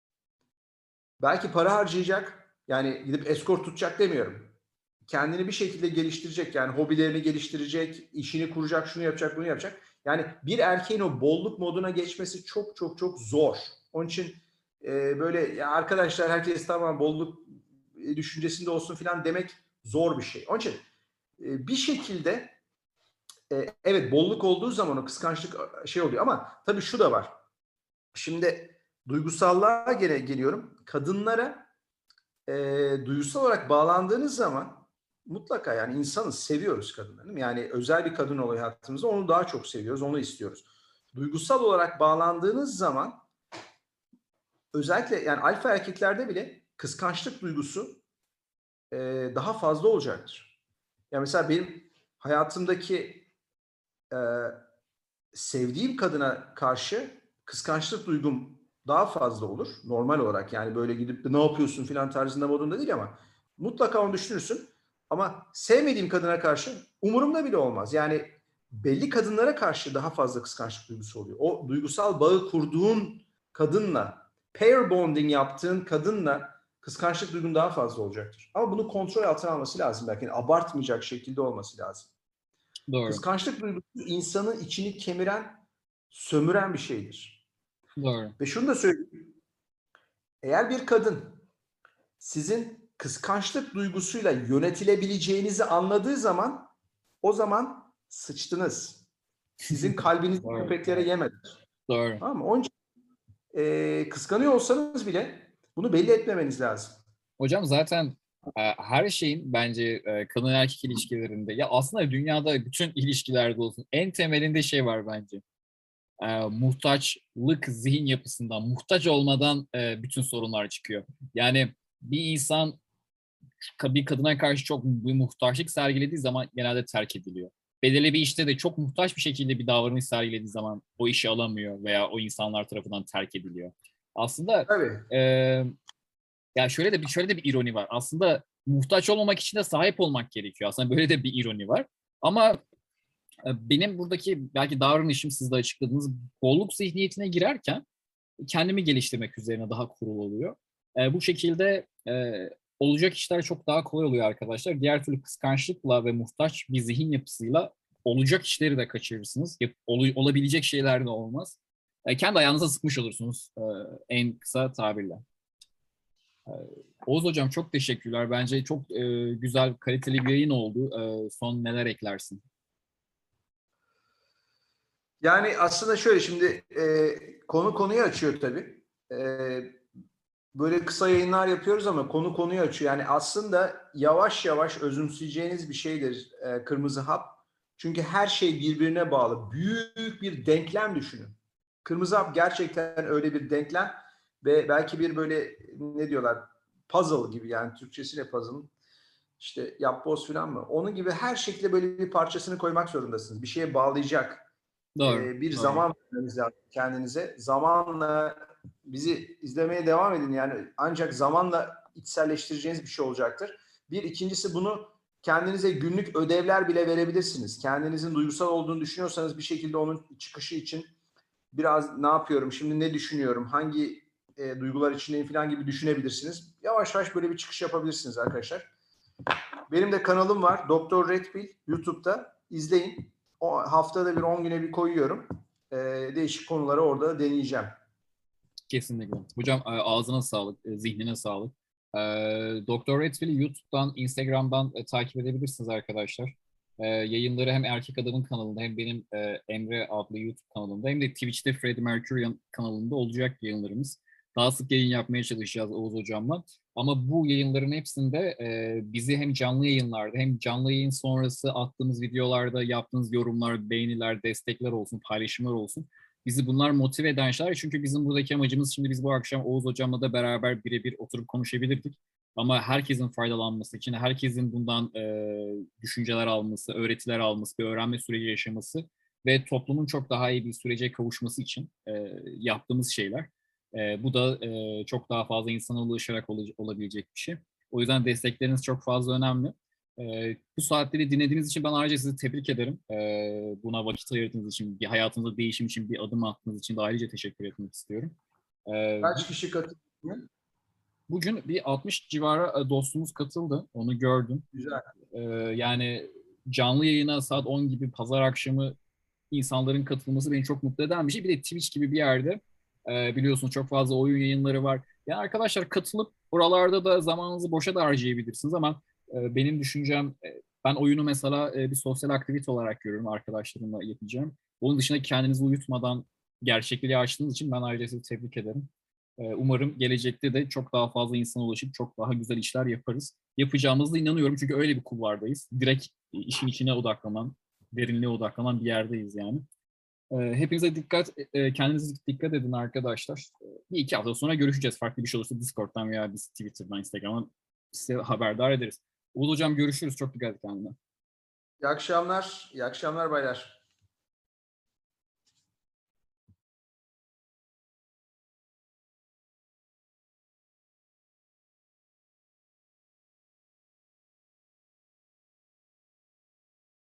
belki para harcayacak. Yani gidip eskort tutacak demiyorum. Kendini bir şekilde geliştirecek. Yani hobilerini geliştirecek, işini kuracak, şunu yapacak, bunu yapacak. Yani bir erkeğin o bolluk moduna geçmesi çok çok çok zor. Onun için böyle ya arkadaşlar herkes tamam bolluk düşüncesinde olsun filan demek zor bir şey. Onun için bir şekilde evet, bolluk olduğu zaman o kıskançlık şey oluyor ama tabii şu da var. Şimdi duygusallığa geliyorum. Kadınlara duygusal olarak bağlandığınız zaman mutlaka, yani insanız, seviyoruz kadınları, değil mi? Yani özel bir kadın oluyor hayatımızda, onu daha çok seviyoruz, onu istiyoruz. Duygusal olarak bağlandığınız zaman özellikle yani alfa erkeklerde bile kıskançlık duygusu daha fazla olacaktır. Yani mesela benim hayatımdaki e, sevdiğim kadına karşı kıskançlık duygum daha fazla olur normal olarak. Yani böyle gidip ne yapıyorsun filan tarzında modunda değil ama mutlaka onu düşünürsün. Ama sevmediğim kadına karşı umurumda bile olmaz. Yani belli kadınlara karşı daha fazla kıskançlık duygusu oluyor. O duygusal bağı kurduğun kadınla, pair bonding yaptığın kadınla kıskançlık duygun daha fazla olacaktır. Ama bunu kontrol altına alması lazım belki. Yani abartmayacak şekilde olması lazım. Doğru. Kıskançlık duygusu insanın içini kemiren, sömüren bir şeydir. Doğru. Ve şunu da söyleyeyim. Eğer bir kadın sizin kıskançlık duygusuyla yönetilebileceğinizi anladığı zaman o zaman sıçtınız. Sizin kalbinizi Doğru. köpeklere yemediler. Doğru. Tamam mı? Onun için kıskanıyor olsanız bile bunu belli etmemeniz lazım. Hocam zaten her şeyin bence kadın erkek ilişkilerinde ya aslında dünyada bütün ilişkilerde olsun en temelinde şey var bence. Muhtaçlık zihin yapısından, muhtaç olmadan bütün sorunlar çıkıyor. Yani bir insan bir kadına karşı çok bir muhtaçlık sergilediği zaman genelde terk ediliyor. Belirli bir işte de çok muhtaç bir şekilde bir davranış sergilediği zaman o işi alamıyor veya o insanlar tarafından terk ediliyor. Aslında Tabii. ya şöyle de bir ironi var. Aslında muhtaç olmamak için de sahip olmak gerekiyor. Aslında böyle de bir ironi var. Ama benim buradaki belki davranışım siz de açıkladığınız bolluk zihniyetine girerken kendimi geliştirmek üzerine daha kurulu oluyor. Bu şekilde olacak işler çok daha kolay oluyor arkadaşlar. Diğer türlü kıskançlıkla ve muhtaç bir zihin yapısıyla olacak işleri de kaçırırsınız. Olabilecek şeyler de olmaz. Kendi ayağınıza sıkmış olursunuz en kısa tabirle. E, Oğuz Hocam çok teşekkürler. Bence çok güzel, kaliteli bir yayın oldu. Son neler eklersin? Yani aslında şöyle şimdi konu konuyu açıyor tabii. Böyle kısa yayınlar yapıyoruz ama konu konuyu açıyor. Yani aslında yavaş yavaş özümseyeceğiniz bir şeydir kırmızı hap. Çünkü her şey birbirine bağlı. Büyük bir denklem düşünün. Kırmızı hap gerçekten öyle bir denklem ve belki bir böyle ne diyorlar puzzle gibi yani Türkçesiyle puzzle'ın işte yapboz falan mı? Onun gibi her şekilde böyle bir parçasını koymak zorundasınız. Bir şeye bağlayacak Doğru, bir doğru. zaman vermeniz lazım kendinize. Zamanla bizi izlemeye devam edin. Yani ancak zamanla içselleştireceğiniz bir şey olacaktır. Bir, ikincisi bunu kendinize günlük ödevler bile verebilirsiniz. Kendinizin duygusal olduğunu düşünüyorsanız bir şekilde onun çıkışı için biraz ne yapıyorum, şimdi ne düşünüyorum, hangi duygular içindeyim falan gibi düşünebilirsiniz. Yavaş yavaş böyle bir çıkış yapabilirsiniz arkadaşlar. Benim de kanalım var. Doktor Red Pill YouTube'da. İzleyin. O haftada bir 10 güne bir koyuyorum. Değişik konuları orada deneyeceğim. Kesinlikle. Hocam ağzına sağlık, zihnine sağlık. Doktor Redfield'i YouTube'dan, Instagram'dan takip edebilirsiniz arkadaşlar. Yayınları hem Erkek Adam'ın kanalında hem benim Emre adlı YouTube kanalımda hem de Twitch'te Freddie Mercury'ın kanalında olacak yayınlarımız. Daha sık yayın yapmaya çalışacağız Oğuz Hocam'la. Ama bu yayınların hepsinde bizi hem canlı yayınlarda hem canlı yayın sonrası attığımız videolarda yaptığınız yorumlar, beğeniler, destekler olsun, paylaşımlar olsun. Bizi bunlar motive eden şeyler. Çünkü bizim buradaki amacımız şimdi biz bu akşam Oğuz Hocam'la da beraber birebir oturup konuşabilirdik. Ama herkesin faydalanması için, herkesin bundan düşünceler alması, öğretiler alması, bir öğrenme süreci yaşaması ve toplumun çok daha iyi bir sürece kavuşması için yaptığımız şeyler. Bu da çok daha fazla insana ulaşarak olabilecek bir şey. O yüzden destekleriniz çok fazla önemli. Bu saatleri dinlediğiniz için ben ayrıca sizi tebrik ederim. Buna vakit ayırdığınız için, bir hayatınızda değişim için bir adım attığınız için de ayrıca teşekkür etmek istiyorum. Kaç kişi katılıyor? Bugün bir 60 civarı dostumuz katıldı. Onu gördüm. Güzel. Yani canlı yayına saat 10 gibi pazar akşamı insanların katılması beni çok mutlu eden bir şey. Bir de Twitch gibi bir yerde biliyorsunuz çok fazla oyun yayınları var. Yani arkadaşlar katılıp oralarda da zamanınızı boşa da harcayabilirsiniz ama benim düşüncem ben oyunu mesela bir sosyal aktivite olarak görüyorum arkadaşlarımla yapacağım. Onun dışında kendinizi uyutmadan gerçekliği açtığınız için ben ayrıca sizi tebrik ederim. Umarım gelecekte de çok daha fazla insana ulaşıp çok daha güzel işler yaparız. Yapacağımıza inanıyorum çünkü öyle bir kulvardayız. Direkt işin içine odaklanan, derinliğe odaklanan bir yerdeyiz yani. Hepinize kendinize dikkat edin arkadaşlar. Bir iki hafta sonra görüşeceğiz. Farklı bir şey olursa Discord'dan veya biz Twitter'dan, Instagram'dan size haberdar ederiz. Oğuz Hocam görüşürüz. Çok dikkat et kendine. İyi akşamlar. İyi akşamlar baylar.